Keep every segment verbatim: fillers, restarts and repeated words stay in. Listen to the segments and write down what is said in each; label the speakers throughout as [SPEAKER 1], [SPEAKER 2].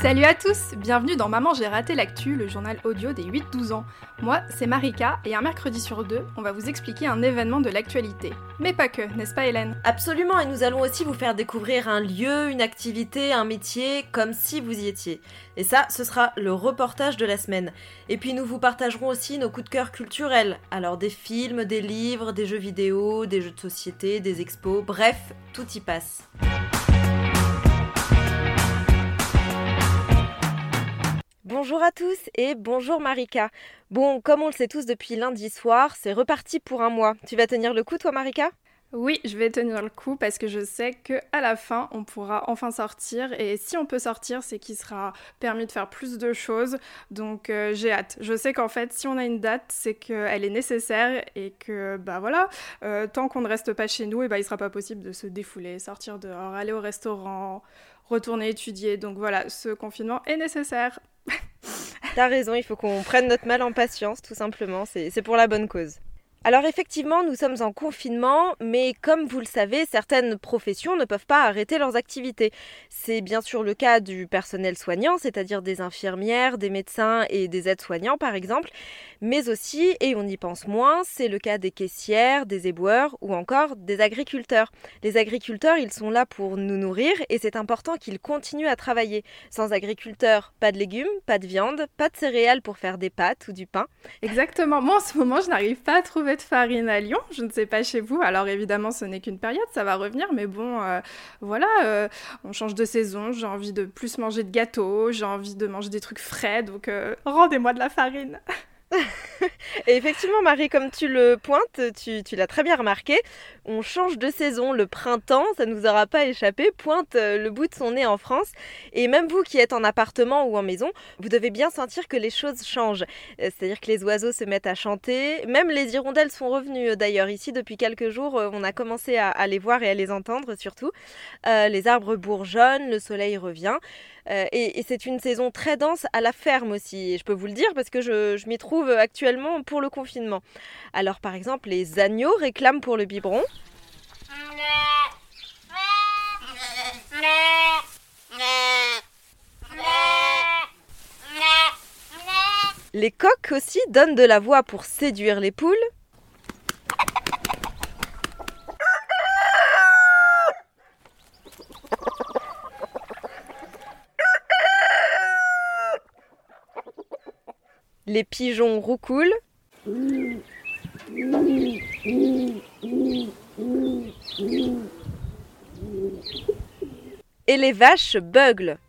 [SPEAKER 1] Salut à tous, bienvenue dans Maman j'ai raté l'actu, le journal audio des huit douze ans. Moi, c'est Marika, et un mercredi sur deux, on va vous expliquer un événement de l'actualité. Mais pas que, n'est-ce pas Hélène ?
[SPEAKER 2] Absolument, et nous allons aussi vous faire découvrir un lieu, une activité, un métier, comme si vous y étiez. Et ça, ce sera le reportage de la semaine. Et puis nous vous partagerons aussi nos coups de cœur culturels. Alors des films, des livres, des jeux vidéo, des jeux de société, des expos, bref, tout y passe. Bonjour à tous et bonjour Marika. Bon, comme on le sait tous depuis lundi soir, c'est reparti pour un mois. Tu vas tenir le coup toi Marika ?
[SPEAKER 1] Oui, je vais tenir le coup parce que je sais qu'à la fin, on pourra enfin sortir. Et si on peut sortir, c'est qu'il sera permis de faire plus de choses. Donc euh, j'ai hâte. Je sais qu'en fait, si on a une date, c'est qu'elle est nécessaire et que, bah voilà, euh, tant qu'on ne reste pas chez nous, et bah, il ne sera pas possible de se défouler, sortir dehors, aller au restaurant, retourner étudier. Donc voilà, ce confinement est nécessaire.
[SPEAKER 2] T'as raison, il faut qu'on prenne notre mal en patience, tout simplement, c'est, c'est pour la bonne cause. Alors effectivement, nous sommes en confinement, mais comme vous le savez, certaines professions ne peuvent pas arrêter leurs activités. C'est bien sûr le cas du personnel soignant, c'est-à-dire des infirmières, des médecins et des aides-soignants par exemple, mais aussi, et on y pense moins, c'est le cas des caissières, des éboueurs ou encore des agriculteurs. Les agriculteurs, ils sont là pour nous nourrir et c'est important qu'ils continuent à travailler. Sans agriculteurs, pas de légumes, pas de viande, pas de céréales pour faire des pâtes ou du pain.
[SPEAKER 1] Exactement, moi en ce moment je n'arrive pas à trouver de farine à Lyon, je ne sais pas chez vous, alors évidemment ce n'est qu'une période, ça va revenir, mais bon, euh, voilà, euh, on change de saison, j'ai envie de plus manger de gâteaux, j'ai envie de manger des trucs frais, donc euh, rendez-moi de la farine.
[SPEAKER 2] Et effectivement Marie, comme tu le pointes, tu, tu l'as très bien remarqué, on change de saison, le printemps, ça ne nous aura pas échappé, pointe le bout de son nez en France. Et même vous qui êtes en appartement ou en maison, vous devez bien sentir que les choses changent. C'est-à-dire que les oiseaux se mettent à chanter, même les hirondelles sont revenues d'ailleurs. Ici depuis quelques jours, on a commencé à, à les voir et à les entendre surtout. Euh, les arbres bourgeonnent, le soleil revient. Euh, et, et c'est une saison très dense à la ferme aussi, et je peux vous le dire parce que je, je m'y trouve actuellement pour le confinement. Alors par exemple, les agneaux réclament pour le biberon. Les coqs aussi donnent de la voix pour séduire les poules. Les pigeons roucoulent. Et les vaches beuglent.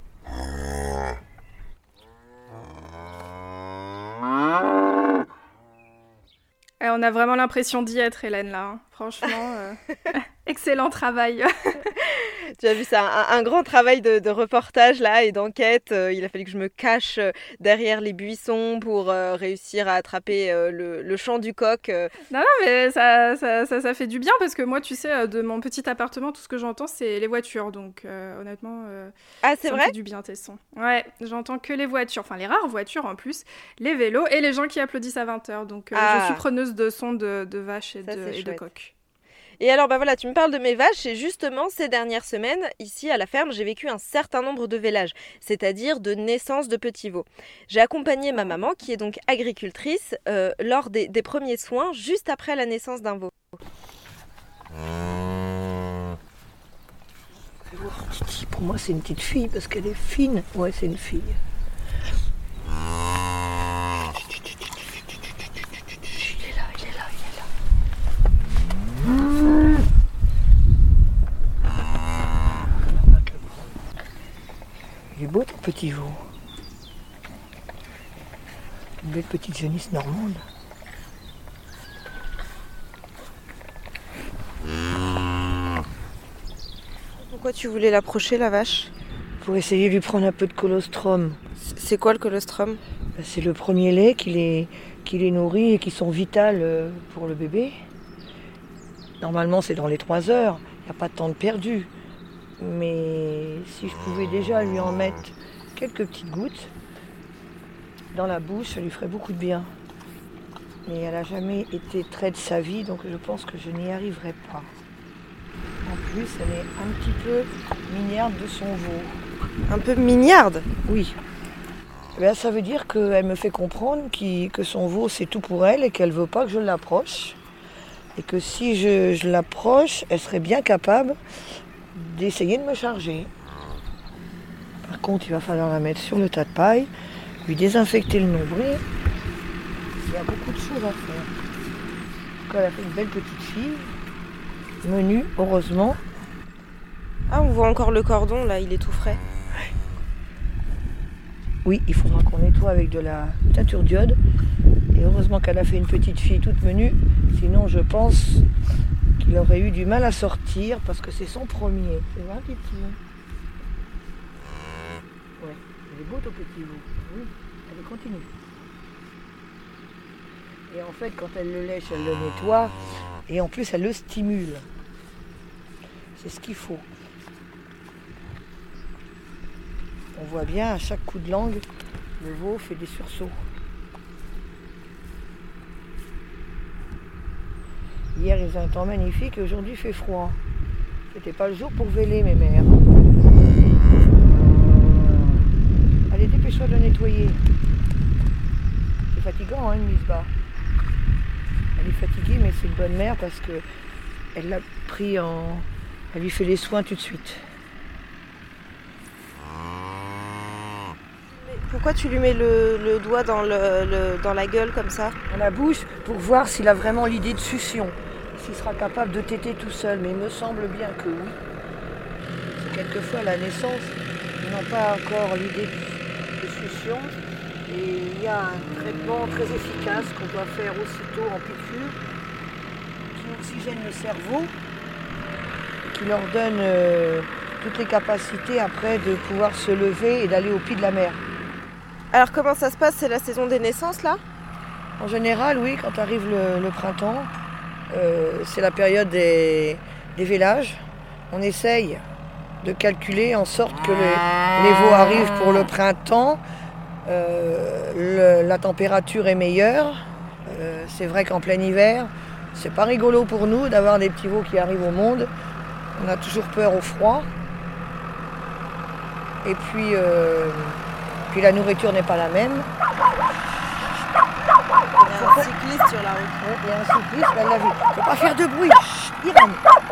[SPEAKER 1] Et on a vraiment l'impression d'y être, Hélène, là. Hein. Franchement, euh, excellent travail.
[SPEAKER 2] Tu as vu ça, un, un grand travail de, de reportage là et d'enquête. Euh, il a fallu que je me cache derrière les buissons pour euh, réussir à attraper euh, le, le chant du coq. Euh.
[SPEAKER 1] Non, non, mais ça, ça, ça, ça fait du bien parce que moi, tu sais, de mon petit appartement, tout ce que j'entends, c'est les voitures. Donc, euh, honnêtement, euh,
[SPEAKER 2] ah, c'est
[SPEAKER 1] ça
[SPEAKER 2] vrai
[SPEAKER 1] me fait du bien tes sons. Ouais, j'entends que les voitures, enfin les rares voitures en plus, les vélos et les gens qui applaudissent à vingt heures. Donc, euh, ah. je suis preneuse de sons de, de vaches et, ça, de, et de coqs.
[SPEAKER 2] Et alors, bah voilà, tu me parles de mes vaches, et justement, ces dernières semaines, ici à la ferme, j'ai vécu un certain nombre de vélages, c'est-à-dire de naissances de petits veaux. J'ai accompagné ma maman, qui est donc agricultrice, euh, lors des, des premiers soins, juste après la naissance d'un veau.
[SPEAKER 3] Pour moi, c'est une petite fille, parce qu'elle est fine. Ouais, c'est une fille. Il est beau ton petit veau. Une belle petite jeunisse normande.
[SPEAKER 2] Pourquoi tu voulais l'approcher la vache ?
[SPEAKER 3] Pour essayer de lui prendre un peu de colostrum.
[SPEAKER 2] C'est quoi le colostrum ?
[SPEAKER 3] C'est le premier lait qui les, qui les nourrit et qui sont vitales pour le bébé. Normalement c'est dans les trois heures, il n'y a pas de temps de perdu. Mais si je pouvais déjà lui en mettre quelques petites gouttes dans la bouche, ça lui ferait beaucoup de bien. Mais elle n'a jamais été traite de sa vie, donc je pense que je n'y arriverai pas. En plus, elle est un petit peu mignarde de son veau.
[SPEAKER 2] Un peu mignarde.
[SPEAKER 3] Oui. Eh bien, ça veut dire qu'elle me fait comprendre qu'il- que son veau, c'est tout pour elle et qu'elle ne veut pas que je l'approche. Et que si je, je l'approche, elle serait bien capable d'essayer de me charger. Par contre, il va falloir la mettre sur le tas de paille, lui désinfecter le nombril. Il y a beaucoup de choses à faire. Elle a fait une belle petite fille, menue, heureusement.
[SPEAKER 2] Ah, on voit encore le cordon, là, il est tout frais.
[SPEAKER 3] Oui, il faudra qu'on nettoie avec de la teinture d'iode. Et heureusement qu'elle a fait une petite fille toute menue. Sinon, je pense qu'il aurait eu du mal à sortir parce que c'est son premier. C'est vrai, petit veau. Ouais, il est beau ton petit veau. Oui, allez, continue. Et en fait, quand elle le lèche, elle le nettoie. Et en plus, elle le stimule. C'est ce qu'il faut. On voit bien, à chaque coup de langue, le veau fait des sursauts. Hier, il faisait un temps magnifique et aujourd'hui, il fait froid. C'était pas le jour pour véler, mes mères. Allez, dépêche-toi de le nettoyer. C'est fatigant, hein, une mise-bas. Elle est fatiguée, mais c'est une bonne mère parce que elle l'a pris en... Elle lui fait les soins tout de suite.
[SPEAKER 2] Pourquoi tu lui mets le, le doigt dans, le, le, dans la gueule comme ça?
[SPEAKER 3] Dans la bouche, pour voir s'il a vraiment l'idée de succion. S'il sera capable de téter tout seul. Mais il me semble bien que oui. C'est quelquefois à la naissance, ils n'ont pas encore l'idée de, de succion. Et il y a un traitement très efficace qu'on doit faire aussitôt en piqûre, qui oxygène le cerveau, qui leur donne euh, toutes les capacités après de pouvoir se lever et d'aller au pied de la mère.
[SPEAKER 2] Alors comment ça se passe? C'est la saison des naissances là?
[SPEAKER 3] En général, oui, quand arrive le, le printemps, euh, c'est la période des, des vélages. On essaye de calculer en sorte que les, les veaux arrivent pour le printemps. Euh, le, la température est meilleure. Euh, c'est vrai qu'en plein hiver, c'est pas rigolo pour nous d'avoir des petits veaux qui arrivent au monde. On a toujours peur au froid. Et puis, euh, puis la nourriture n'est pas la même.
[SPEAKER 2] Il y a un cycliste sur la route.
[SPEAKER 3] Il y a un cycliste, elle l'a vu. Faut pas faire de bruit. Chut, Irène.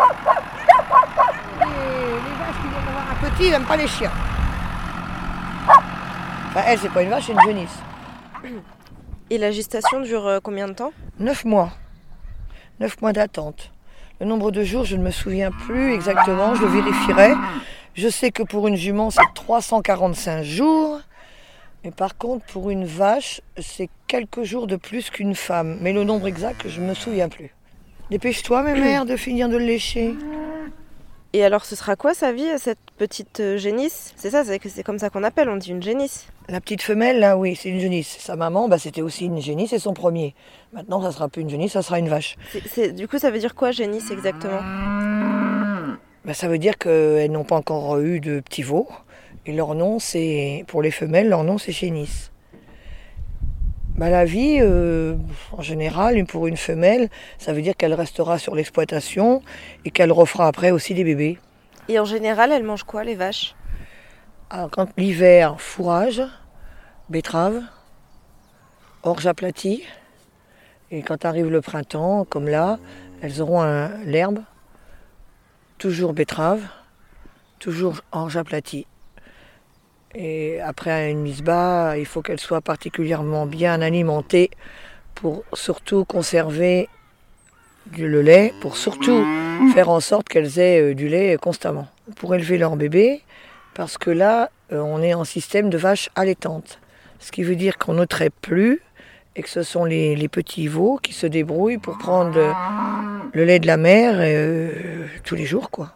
[SPEAKER 3] Les, les vaches qui viennent avoir un petit, ils n'aiment pas les chiens. Enfin, elle, c'est pas une vache, c'est une genisse.
[SPEAKER 2] Et la gestation dure euh, combien de temps?
[SPEAKER 3] Neuf mois. Neuf mois d'attente. Le nombre de jours, je ne me souviens plus exactement, je le vérifierai. Je sais que pour une jument, c'est trois cent quarante-cinq jours. Mais par contre, pour une vache, c'est quelques jours de plus qu'une femme. Mais le nombre exact, je ne me souviens plus. Dépêche-toi, mes mères, de finir de le lécher.
[SPEAKER 2] Et alors, ce sera quoi sa vie, cette petite euh, génisse? C'est ça, c'est, c'est comme ça qu'on appelle, on dit une génisse.
[SPEAKER 3] La petite femelle, là, oui, c'est une génisse. Sa maman, bah, c'était aussi une génisse, c'est son premier. Maintenant, ça ne sera plus une génisse, ça sera une vache.
[SPEAKER 2] C'est, c'est, du coup, ça veut dire quoi, génisse, exactement?
[SPEAKER 3] Bah, ça veut dire qu'elles n'ont pas encore eu de petits veaux. Et leur nom, c'est, pour les femelles, leur nom, c'est génisse. Bah, la vie, euh, en général, pour une femelle, ça veut dire qu'elle restera sur l'exploitation et qu'elle refera après aussi des bébés.
[SPEAKER 2] Et en général, elles mangent quoi, les vaches?
[SPEAKER 3] Alors, quand l'hiver, fourrage, betterave, orge aplatie. Et quand arrive le printemps, comme là, elles auront un, l'herbe, toujours betterave, toujours orge aplatie. Et après une mise bas, il faut qu'elle soit particulièrement bien alimentée pour surtout conserver du, le lait, pour surtout faire en sorte qu'elles aient du lait constamment. Pour élever leur bébé, parce que là, on est en système de vache allaitante. Ce qui veut dire qu'on ne traite plus et que ce sont les, les petits veaux qui se débrouillent pour prendre le, le lait de la mère euh, tous les jours, quoi.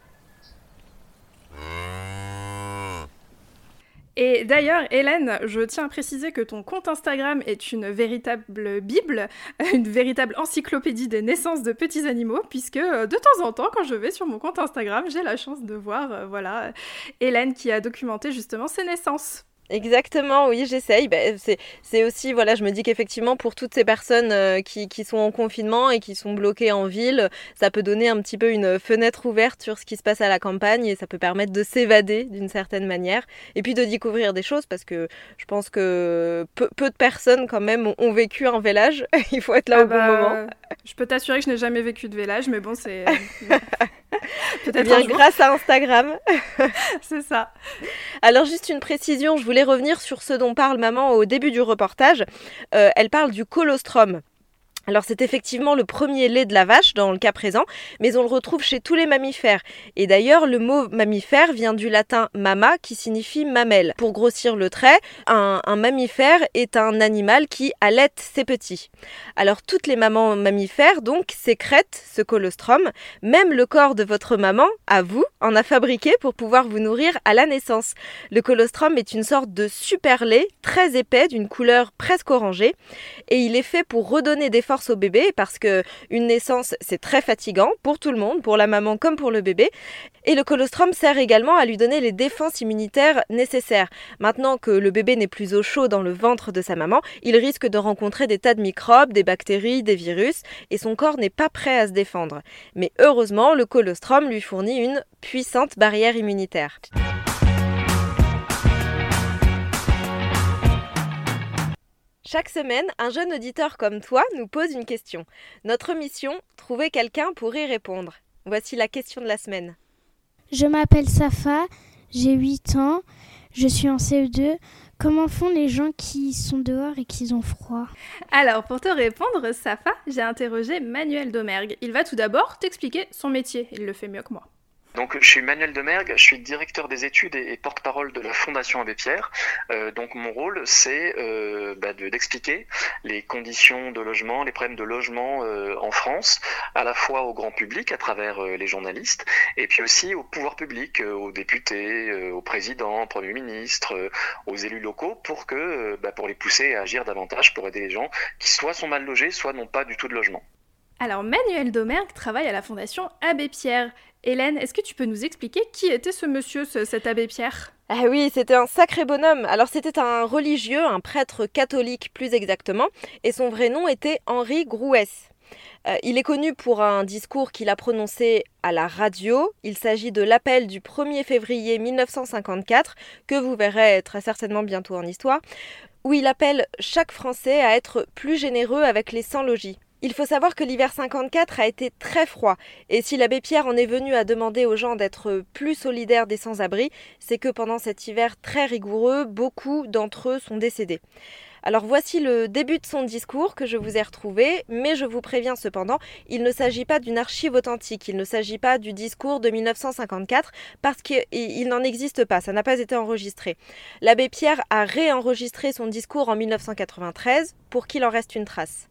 [SPEAKER 1] Et d'ailleurs, Hélène, je tiens à préciser que ton compte Instagram est une véritable bible, une véritable encyclopédie des naissances de petits animaux, puisque de temps en temps, quand je vais sur mon compte Instagram, j'ai la chance de voir, euh, voilà, Hélène qui a documenté justement ses naissances.
[SPEAKER 2] Exactement, oui, j'essaye. Bah, c'est, c'est aussi, voilà, je me dis qu'effectivement, pour toutes ces personnes euh, qui, qui sont en confinement et qui sont bloquées en ville, ça peut donner un petit peu une fenêtre ouverte sur ce qui se passe à la campagne et ça peut permettre de s'évader d'une certaine manière et puis de découvrir des choses parce que je pense que peu, peu de personnes quand même ont, ont vécu un village. Il faut être là
[SPEAKER 1] Ah
[SPEAKER 2] au bon
[SPEAKER 1] bah,
[SPEAKER 2] moment.
[SPEAKER 1] Je peux t'assurer que je n'ai jamais vécu de village, mais bon, c'est...
[SPEAKER 2] Peut-être bien grâce à Instagram.
[SPEAKER 1] C'est ça.
[SPEAKER 2] Alors juste une précision, je voulais revenir sur ce dont parle maman au début du reportage. Euh, elle parle du colostrum. Alors c'est effectivement le premier lait de la vache dans le cas présent, mais on le retrouve chez tous les mammifères. Et d'ailleurs, le mot mammifère vient du latin mama qui signifie mamelle. Pour grossir le trait, un, un mammifère est un animal qui allaite ses petits. Alors toutes les mamans mammifères donc sécrètent ce colostrum. Même le corps de votre maman, à vous, en a fabriqué pour pouvoir vous nourrir à la naissance. Le colostrum est une sorte de super lait très épais d'une couleur presque orangée et il est fait pour redonner des force au bébé parce que une naissance c'est très fatigant pour tout le monde, pour la maman comme pour le bébé et le colostrum sert également à lui donner les défenses immunitaires nécessaires. Maintenant que le bébé n'est plus au chaud dans le ventre de sa maman, il risque de rencontrer des tas de microbes, des bactéries, des virus et son corps n'est pas prêt à se défendre. Mais heureusement, le colostrum lui fournit une puissante barrière immunitaire. Chaque semaine, un jeune auditeur comme toi nous pose une question. Notre mission, trouver quelqu'un pour y répondre. Voici la question de la semaine.
[SPEAKER 4] Je m'appelle Safa, j'ai huit ans, je suis en C E deux. Comment font les gens qui sont dehors et qui ont froid ?
[SPEAKER 1] Alors, pour te répondre, Safa, j'ai interrogé Manuel Domergue. Il va tout d'abord t'expliquer son métier. Il le fait mieux que moi.
[SPEAKER 5] Donc, je suis Manuel Domergue, je suis directeur des études et, et porte-parole de la Fondation Abbé Pierre. Euh, donc, mon rôle, c'est euh, bah, de, d'expliquer les conditions de logement, les problèmes de logement euh, en France, à la fois au grand public, à travers euh, les journalistes, et puis aussi au pouvoir public, euh, aux députés, euh, au président, au Premier ministre, euh, aux élus locaux, pour que, euh, bah, pour les pousser à agir davantage, pour aider les gens qui soit sont mal logés, soit n'ont pas du tout de logement.
[SPEAKER 1] Alors, Manuel Domergue travaille à la Fondation Abbé Pierre. Hélène, est-ce que tu peux nous expliquer qui était ce monsieur, ce, cet Abbé Pierre ?
[SPEAKER 2] Ah oui, c'était un sacré bonhomme. Alors c'était un religieux, un prêtre catholique plus exactement, et son vrai nom était Henri Grouès. Euh, il est connu pour un discours qu'il a prononcé à la radio. Il s'agit de l'appel du premier février mille neuf cent cinquante-quatre, que vous verrez très certainement bientôt en histoire, où il appelle chaque Français à être plus généreux avec les sans-logis. Il faut savoir que l'hiver cinquante-quatre a été très froid et si l'abbé Pierre en est venu à demander aux gens d'être plus solidaires des sans-abri, c'est que pendant cet hiver très rigoureux, beaucoup d'entre eux sont décédés. Alors voici le début de son discours que je vous ai retrouvé, mais je vous préviens cependant, il ne s'agit pas d'une archive authentique, il ne s'agit pas du discours de mille neuf cent cinquante-quatre parce qu'il n'en existe pas, ça n'a pas été enregistré. L'abbé Pierre a réenregistré son discours en mille neuf cent quatre-vingt-treize pour qu'il en reste une trace.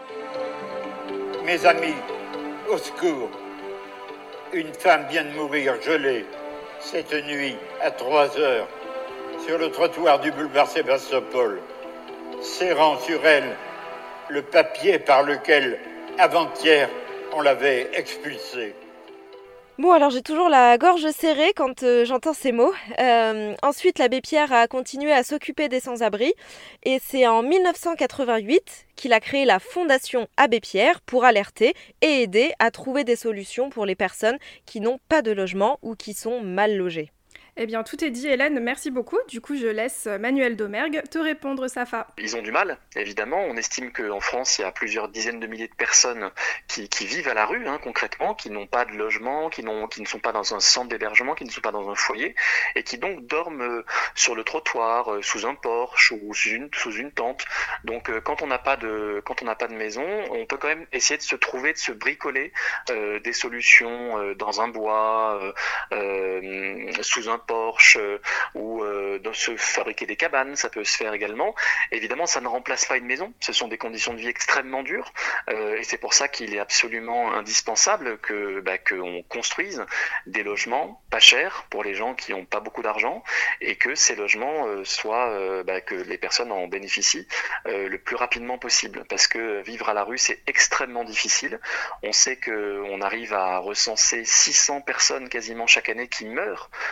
[SPEAKER 6] Mes amis, au secours. Une femme vient de mourir gelée cette nuit à trois heures sur le trottoir du boulevard Sébastopol, serrant sur elle le papier par lequel, avant-hier, on l'avait expulsée.
[SPEAKER 2] Bon, alors j'ai toujours la gorge serrée quand euh, j'entends ces mots. Euh, ensuite, l'abbé Pierre a continué à s'occuper des sans-abri et c'est en mille neuf cent quatre-vingt-huit qu'il a créé la Fondation Abbé Pierre pour alerter et aider à trouver des solutions pour les personnes qui n'ont pas de logement ou qui sont mal logées.
[SPEAKER 1] Eh bien, tout est dit, Hélène, merci beaucoup. Du coup, je laisse Manuel Domergue te répondre, Safa.
[SPEAKER 5] Ils ont du mal, évidemment. On estime qu'en France, il y a plusieurs dizaines de milliers de personnes qui, qui vivent à la rue, hein, concrètement, qui n'ont pas de logement, qui, n'ont, qui ne sont pas dans un centre d'hébergement, qui ne sont pas dans un foyer, et qui donc dorment euh, sur le trottoir, euh, sous un porche ou sous une, sous une tente. Donc, euh, quand on n'a pas de, quand on n'a pas de maison, on peut quand même essayer de se trouver, de se bricoler euh, des solutions euh, dans un bois, euh, euh, sous un porche euh, ou euh, de se fabriquer des cabanes, ça peut se faire également. Évidemment, ça ne remplace pas une maison, ce sont des conditions de vie extrêmement dures euh, et c'est pour ça qu'il est absolument indispensable que bah, qu'on construise des logements pas chers pour les gens qui n'ont pas beaucoup d'argent et que ces logements euh, soient, euh, bah, que les personnes en bénéficient euh, le plus rapidement possible parce que vivre à la rue c'est extrêmement difficile. On sait qu'on arrive à recenser six cents personnes quasiment chaque année qui meurent euh,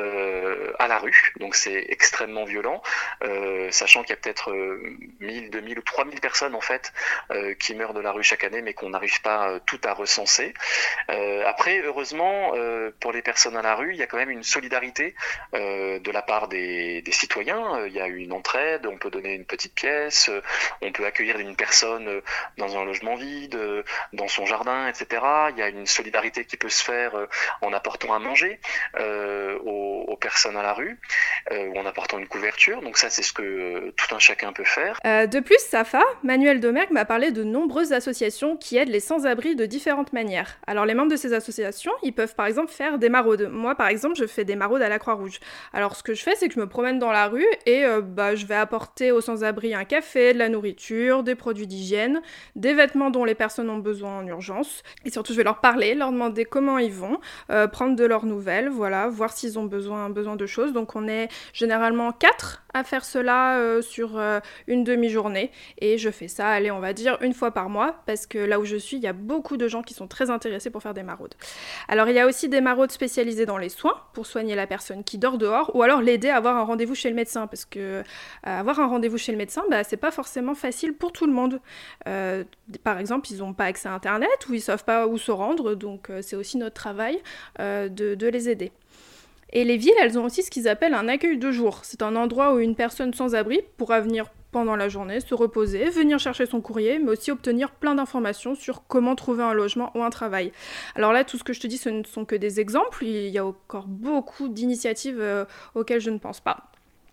[SPEAKER 5] euh, à la rue, donc c'est extrêmement violent, euh, sachant qu'il y a peut-être euh, mille, deux mille ou trois mille personnes en fait euh, qui meurent de la rue chaque année, mais qu'on n'arrive pas euh, tout à recenser. Euh, après, heureusement, euh, pour les personnes à la rue, il y a quand même une solidarité euh, de la part des, des citoyens. Il y a une entraide, on peut donner une petite pièce, on peut accueillir une personne dans un logement vide, dans son jardin, et cetera. Il y a une solidarité qui peut se faire en apportant à manger euh, aux, aux personnes à la rue, euh, ou en apportant une couverture. Donc ça, c'est ce que euh, tout un chacun peut faire.
[SPEAKER 1] Euh, de plus, Safa, Manuel Domergue m'a parlé de nombreuses associations qui aident les sans-abri de différentes manières. Alors les membres de ces associations, ils peuvent par exemple faire des maraudes. Moi par exemple, je fais des maraudes à la Croix-Rouge. Alors ce que je fais, c'est que je me promène dans la rue et euh, bah, je vais apporter aux sans-abri un café, de la nourriture, des produits d'hygiène, des vêtements dont les personnes ont besoin en urgence. Et surtout, je vais leur parler, leur demander comment ils vont, euh, prendre de leurs nouvelles, voilà, voir s'ils ont besoin, besoin de choses. Donc on est généralement quatre à faire cela euh, sur euh, une demi-journée. Et je fais ça, allez, on va dire une fois par mois, parce que là où je suis, il y a beaucoup de gens qui sont très intéressés pour faire des maraudes. Alors il y a aussi des maraudes spécialisées dans les soins, pour soigner la personne qui dort dehors, ou alors l'aider à avoir un rendez-vous chez le médecin, parce que euh, avoir un rendez-vous chez le médecin, bah, c'est pas forcément facile pour tout le monde. Euh, par exemple, ils n'ont pas accès à Internet, ou ils savent pas où se rendre, donc euh, c'est aussi notre travail euh, de, de les aider. Et les villes, elles ont aussi ce qu'ils appellent un accueil de jour. C'est un endroit où une personne sans abri pourra venir pendant la journée, se reposer, venir chercher son courrier, mais aussi obtenir plein d'informations sur comment trouver un logement ou un travail. Alors là, tout ce que je te dis, ce ne sont que des exemples. Il y a encore beaucoup d'initiatives euh, auxquelles je ne pense pas.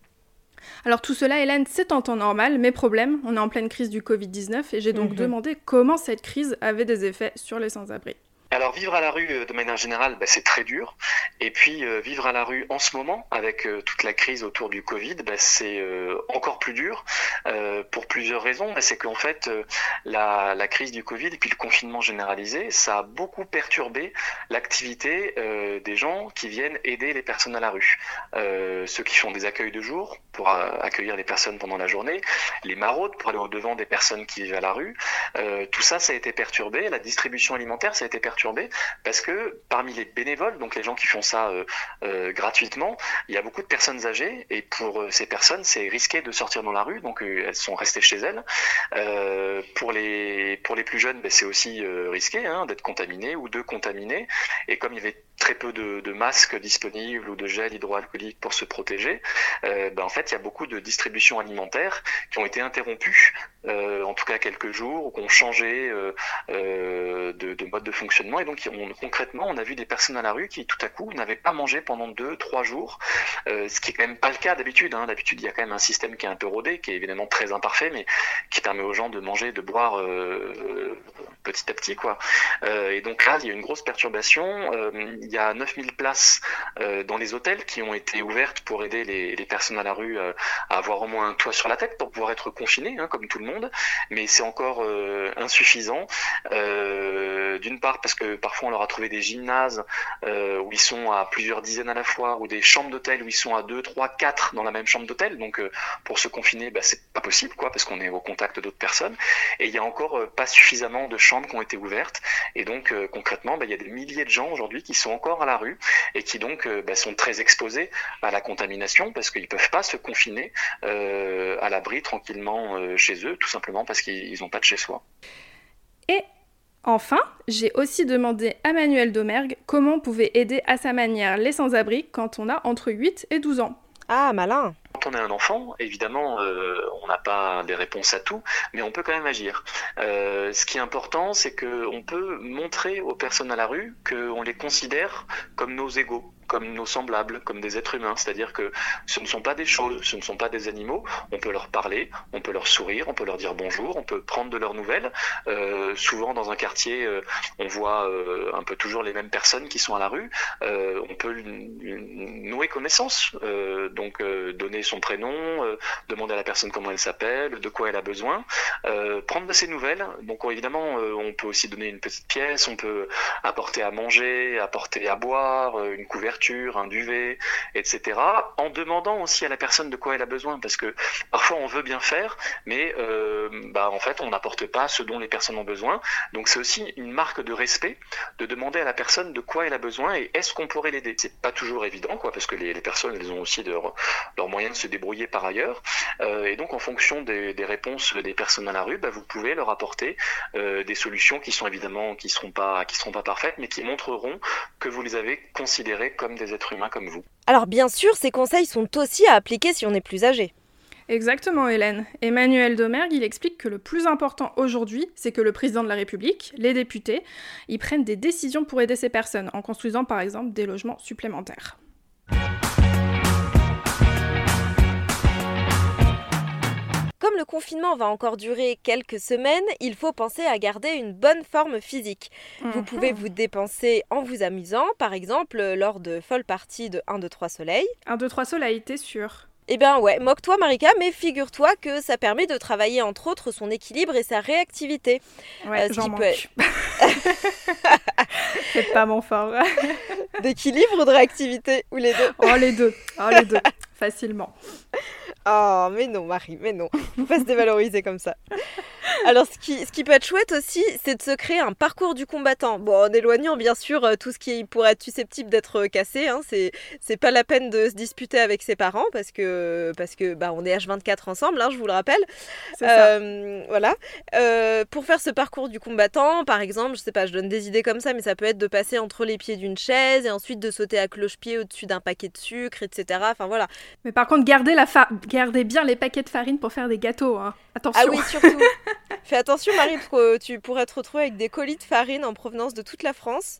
[SPEAKER 1] Alors tout cela, Hélène, c'est en temps normal, mais problème, on est en pleine crise du covid dix-neuf et j'ai donc mmh. demandé comment cette crise avait des effets sur les sans-abri.
[SPEAKER 5] Alors vivre à la rue de manière générale, bah, c'est très dur. Et puis euh, vivre à la rue en ce moment, avec euh, toute la crise autour du Covid, bah, c'est euh, encore plus dur euh, pour plusieurs raisons. Bah, c'est qu'en fait, euh, la, la crise du Covid et puis le confinement généralisé, ça a beaucoup perturbé l'activité euh, des gens qui viennent aider les personnes à la rue. Euh, ceux qui font des accueils de jour pour euh, accueillir les personnes pendant la journée, les maraudes pour aller au-devant des personnes qui vivent à la rue, euh, tout ça, ça a été perturbé. La distribution alimentaire, ça a été perturbé. Parce que parmi les bénévoles, donc les gens qui font ça euh, euh, gratuitement, il y a beaucoup de personnes âgées et pour euh, ces personnes, c'est risqué de sortir dans la rue, donc euh, elles sont restées chez elles. Euh, pour les pour les plus jeunes, ben, c'est aussi euh, risqué hein, d'être contaminé ou de contaminer. Et comme il y avait très peu de, de masques disponibles ou de gel hydroalcoolique pour se protéger, euh, ben, en fait, il y a beaucoup de distributions alimentaires qui ont été interrompues, euh, en tout cas quelques jours, ou qui ont changé euh, euh, de, de mode de fonctionnement. Et donc, on, concrètement, on a vu des personnes à la rue qui, tout à coup, n'avaient pas mangé pendant deux, trois jours, euh, ce qui est quand même pas le cas d'habitude. Hein. D'habitude, il y a quand même un système qui est un peu rodé, qui est évidemment très imparfait, mais qui permet aux gens de manger, de boire euh, petit à petit, quoi. Euh, et donc là, il y a une grosse perturbation. Euh, il y a neuf mille places euh, dans les hôtels qui ont été ouvertes pour aider les, les personnes à la rue euh, à avoir au moins un toit sur la tête pour pouvoir être confinés, hein, comme tout le monde. Mais c'est encore euh, insuffisant. Euh, d'une part, parce que parfois on leur a trouvé des gymnases euh, où ils sont à plusieurs dizaines à la fois, ou des chambres d'hôtel où ils sont à deux, trois, quatre dans la même chambre d'hôtel. Donc euh, pour se confiner, bah, c'est pas possible, quoi, parce qu'on est au contact d'autres personnes. Et il y a encore euh, pas suffisamment de chambres qui ont été ouvertes. Et donc euh, concrètement, bah, il y a des milliers de gens aujourd'hui qui sont encore à la rue et qui donc euh, bah, sont très exposés à la contamination parce qu'ils peuvent pas se confiner euh, à l'abri tranquillement euh, chez eux, tout simplement parce qu'ils n'ont pas de chez soi.
[SPEAKER 1] Et enfin, j'ai aussi demandé à Manuel Domergue comment on pouvait aider à sa manière les sans-abri quand on a entre huit et douze ans.
[SPEAKER 2] Ah, malin!
[SPEAKER 5] Quand on est un enfant, évidemment, euh, on n'a pas des réponses à tout, mais on peut quand même agir. Euh, ce qui est important, c'est qu'on peut montrer aux personnes à la rue qu'on les considère comme nos égaux, comme nos semblables, comme des êtres humains. C'est-à-dire que ce ne sont pas des choses, ce ne sont pas des animaux. On peut leur parler, on peut leur sourire, on peut leur dire bonjour, on peut prendre de leurs nouvelles. Euh, souvent, dans un quartier, euh, on voit euh, un peu toujours les mêmes personnes qui sont à la rue. Euh, on peut nouer connaissance, euh, donc euh, donner son prénom, euh, demander à la personne comment elle s'appelle, de quoi elle a besoin, euh, prendre de ses nouvelles. Donc évidemment, euh, on peut aussi donner une petite pièce, on peut apporter à manger, apporter à boire, euh, une couverture, couverture, un duvet, et cetera. En demandant aussi à la personne de quoi elle a besoin, parce que parfois on veut bien faire, mais euh, bah, en fait on n'apporte pas ce dont les personnes ont besoin. Donc c'est aussi une marque de respect de demander à la personne de quoi elle a besoin et est-ce qu'on pourrait l'aider. C'est pas toujours évident, quoi, parce que les, les personnes elles ont aussi leurs leur moyens de se débrouiller par ailleurs. Euh, et donc en fonction des, des réponses des personnes dans la rue, bah, vous pouvez leur apporter euh, des solutions qui sont évidemment qui seront pas qui seront pas parfaites, mais qui montreront que vous les avez considérés comme des êtres humains comme vous.
[SPEAKER 2] Alors bien sûr, ces conseils sont aussi à appliquer si on est plus âgé.
[SPEAKER 1] Exactement, Hélène. Emmanuel Domergue, il explique que le plus important aujourd'hui, c'est que le président de la République, les députés, ils prennent des décisions pour aider ces personnes, en construisant par exemple des logements supplémentaires.
[SPEAKER 2] Comme le confinement va encore durer quelques semaines, il faut penser à garder une bonne forme physique. Mmh. Vous pouvez vous dépenser en vous amusant, par exemple lors de folles parties de un, deux, trois soleil.
[SPEAKER 1] un, deux, trois soleil, t'es sûr ?
[SPEAKER 2] Eh bien ouais, moque-toi Marika, mais figure-toi que ça permet de travailler entre autres son équilibre et sa réactivité.
[SPEAKER 1] Ouais, euh, j'en manque. Être... C'est pas mon fort.
[SPEAKER 2] D'équilibre ou de réactivité, ou les deux?
[SPEAKER 1] Oh les deux, oh les deux, facilement.
[SPEAKER 2] Oh mais non Marie, mais non, faut pas se dévaloriser comme ça. Alors ce qui, ce qui peut être chouette aussi, c'est de se créer un parcours du combattant. Bon, en éloignant bien sûr tout ce qui pourrait être susceptible d'être cassé, hein. c'est, c'est pas la peine de se disputer avec ses parents parce que, parce que bah, on est H vingt-quatre ensemble, hein, je vous le rappelle.
[SPEAKER 1] C'est ça.
[SPEAKER 2] Euh, voilà. Euh, pour faire ce parcours du combattant, par exemple, je sais pas, je donne des idées comme ça, mais ça peut être de passer entre les pieds d'une chaise et ensuite de sauter à cloche-pied au-dessus d'un paquet de sucre, et cetera. Enfin voilà.
[SPEAKER 1] Mais par contre, gardez, la fa... gardez bien les paquets de farine pour faire des gâteaux, hein. Attention.
[SPEAKER 2] Ah oui, surtout. Fais attention Marie, parce que tu pourrais te retrouver avec des colis de farine en provenance de toute la France.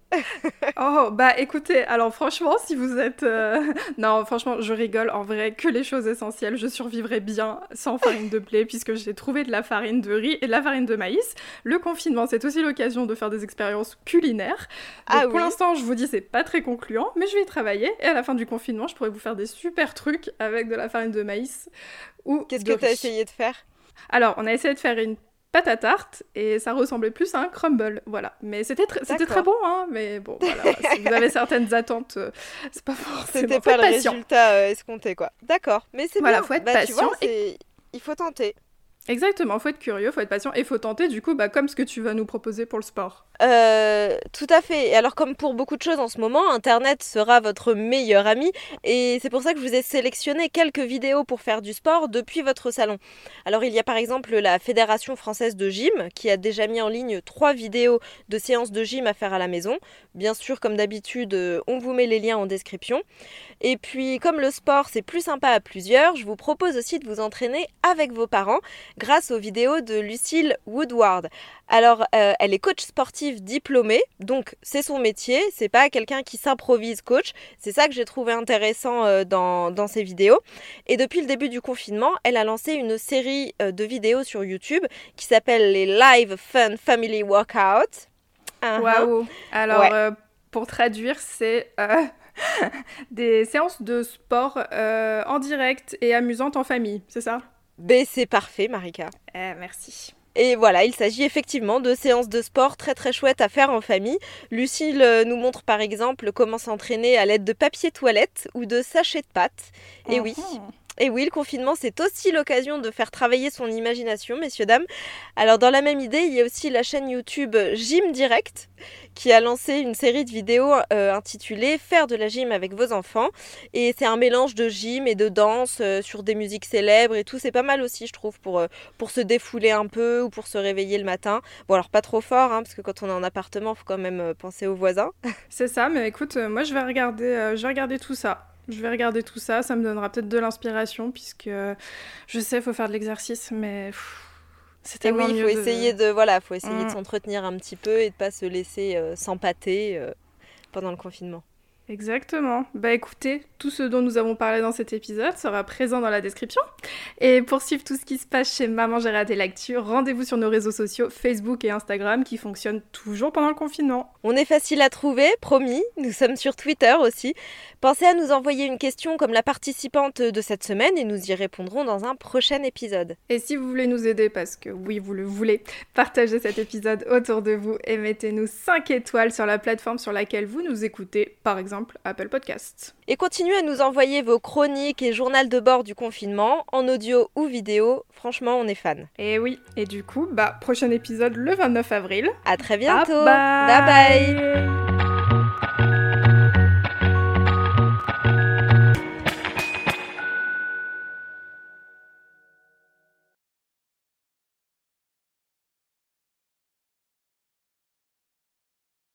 [SPEAKER 1] Oh, bah écoutez, alors franchement, si vous êtes... Euh... Non, franchement, je rigole. En vrai, que les choses essentielles, je survivrai bien sans farine de blé, puisque j'ai trouvé de la farine de riz et de la farine de maïs. Le confinement, c'est aussi l'occasion de faire des expériences culinaires. Donc, ah pour oui. l'instant, je vous dis, c'est pas très concluant, mais je vais y travailler. Et à la fin du confinement, je pourrais vous faire des super trucs avec de la farine de maïs ou
[SPEAKER 2] Qu'est-ce
[SPEAKER 1] de
[SPEAKER 2] que t'as
[SPEAKER 1] riz.
[SPEAKER 2] essayé de faire?
[SPEAKER 1] Alors, on a essayé de faire une pâte à tarte et ça ressemblait plus à un crumble, voilà. Mais c'était, tr- c'était très bon, hein. Mais bon, voilà. Si vous avez certaines attentes, euh, c'est pas forcément.
[SPEAKER 2] C'était pas le patient. résultat euh, escompté, quoi. D'accord, mais c'est
[SPEAKER 1] voilà,
[SPEAKER 2] bien.
[SPEAKER 1] Faut être
[SPEAKER 2] bah,
[SPEAKER 1] patient.
[SPEAKER 2] Tu vois,
[SPEAKER 1] et...
[SPEAKER 2] c'est... il faut tenter.
[SPEAKER 1] Exactement, faut être curieux, faut être patient et faut tenter du coup, bah, comme ce que tu vas nous proposer pour le sport.
[SPEAKER 2] Euh, tout à fait. Et alors comme pour beaucoup de choses en ce moment, Internet sera votre meilleur ami et c'est pour ça que je vous ai sélectionné quelques vidéos pour faire du sport depuis votre salon. Alors il y a par exemple la Fédération française de gym qui a déjà mis en ligne trois vidéos de séances de gym à faire à la maison. Bien sûr, comme d'habitude, on vous met les liens en description. Et puis comme le sport c'est plus sympa à plusieurs, je vous propose aussi de vous entraîner avec vos parents grâce aux vidéos de Lucille Woodward. Alors, euh, elle est coach sportive diplômée, donc c'est son métier, c'est pas quelqu'un qui s'improvise coach. C'est ça que j'ai trouvé intéressant euh, dans, dans ses vidéos. Et depuis le début du confinement, elle a lancé une série euh, de vidéos sur YouTube qui s'appelle les Live Fun Family Workouts.
[SPEAKER 1] Waouh!
[SPEAKER 2] Uh-huh.
[SPEAKER 1] Alors,
[SPEAKER 2] ouais.
[SPEAKER 1] euh, pour traduire, c'est... Euh... des séances de sport euh, en direct et amusantes en famille, c'est ça?
[SPEAKER 2] Ben, c'est parfait, Marika.
[SPEAKER 1] Euh, merci.
[SPEAKER 2] Et voilà, il s'agit effectivement de séances de sport très très chouettes à faire en famille. Lucille euh, nous montre par exemple comment s'entraîner à l'aide de papier toilette ou de sachets de pâtes. Et uh-huh. oui, et oui, le confinement c'est aussi l'occasion de faire travailler son imagination, messieurs, dames. Alors dans la même idée, il y a aussi la chaîne YouTube Gym Direct qui a lancé une série de vidéos euh, intitulée « Faire de la gym avec vos enfants ». Et c'est un mélange de gym et de danse euh, sur des musiques célèbres et tout. C'est pas mal aussi, je trouve, pour, euh, pour se défouler un peu ou pour se réveiller le matin. Bon, alors pas trop fort, hein, parce que quand on est en appartement, il faut quand même euh, penser aux voisins.
[SPEAKER 1] C'est ça, mais écoute, euh, moi je vais regarder, euh, je vais regarder tout ça. Je vais regarder tout ça, ça me donnera peut-être de l'inspiration, puisque euh, je sais, il faut faire de l'exercice, mais... Pff, c'est tellement
[SPEAKER 2] oui, il faut
[SPEAKER 1] mieux
[SPEAKER 2] essayer de, de voilà, faut essayer
[SPEAKER 1] mmh.
[SPEAKER 2] de s'entretenir un petit peu et de pas se laisser euh, s'empâter euh, pendant le confinement.
[SPEAKER 1] Exactement. Bah écoutez, tout ce dont nous avons parlé dans cet épisode sera présent dans la description. Et pour suivre tout ce qui se passe chez Maman j'ai raté l'actu, rendez-vous sur nos réseaux sociaux Facebook et Instagram qui fonctionnent toujours pendant le confinement.
[SPEAKER 2] On est facile à trouver, promis. Nous sommes sur Twitter aussi. Pensez à nous envoyer une question comme la participante de cette semaine et nous y répondrons dans un prochain épisode.
[SPEAKER 1] Et si vous voulez nous aider, parce que oui, vous le voulez, partagez cet épisode autour de vous et mettez-nous cinq étoiles sur la plateforme sur laquelle vous nous écoutez, par exemple exemple Apple Podcasts.
[SPEAKER 2] Et continuez à nous envoyer vos chroniques et journal de bord du confinement, en audio ou vidéo. Franchement, on est fans.
[SPEAKER 1] Et oui, et du coup, bah, prochain épisode le vingt-neuf avril.
[SPEAKER 2] À très bientôt.
[SPEAKER 1] Bye bye.
[SPEAKER 2] Bye bye.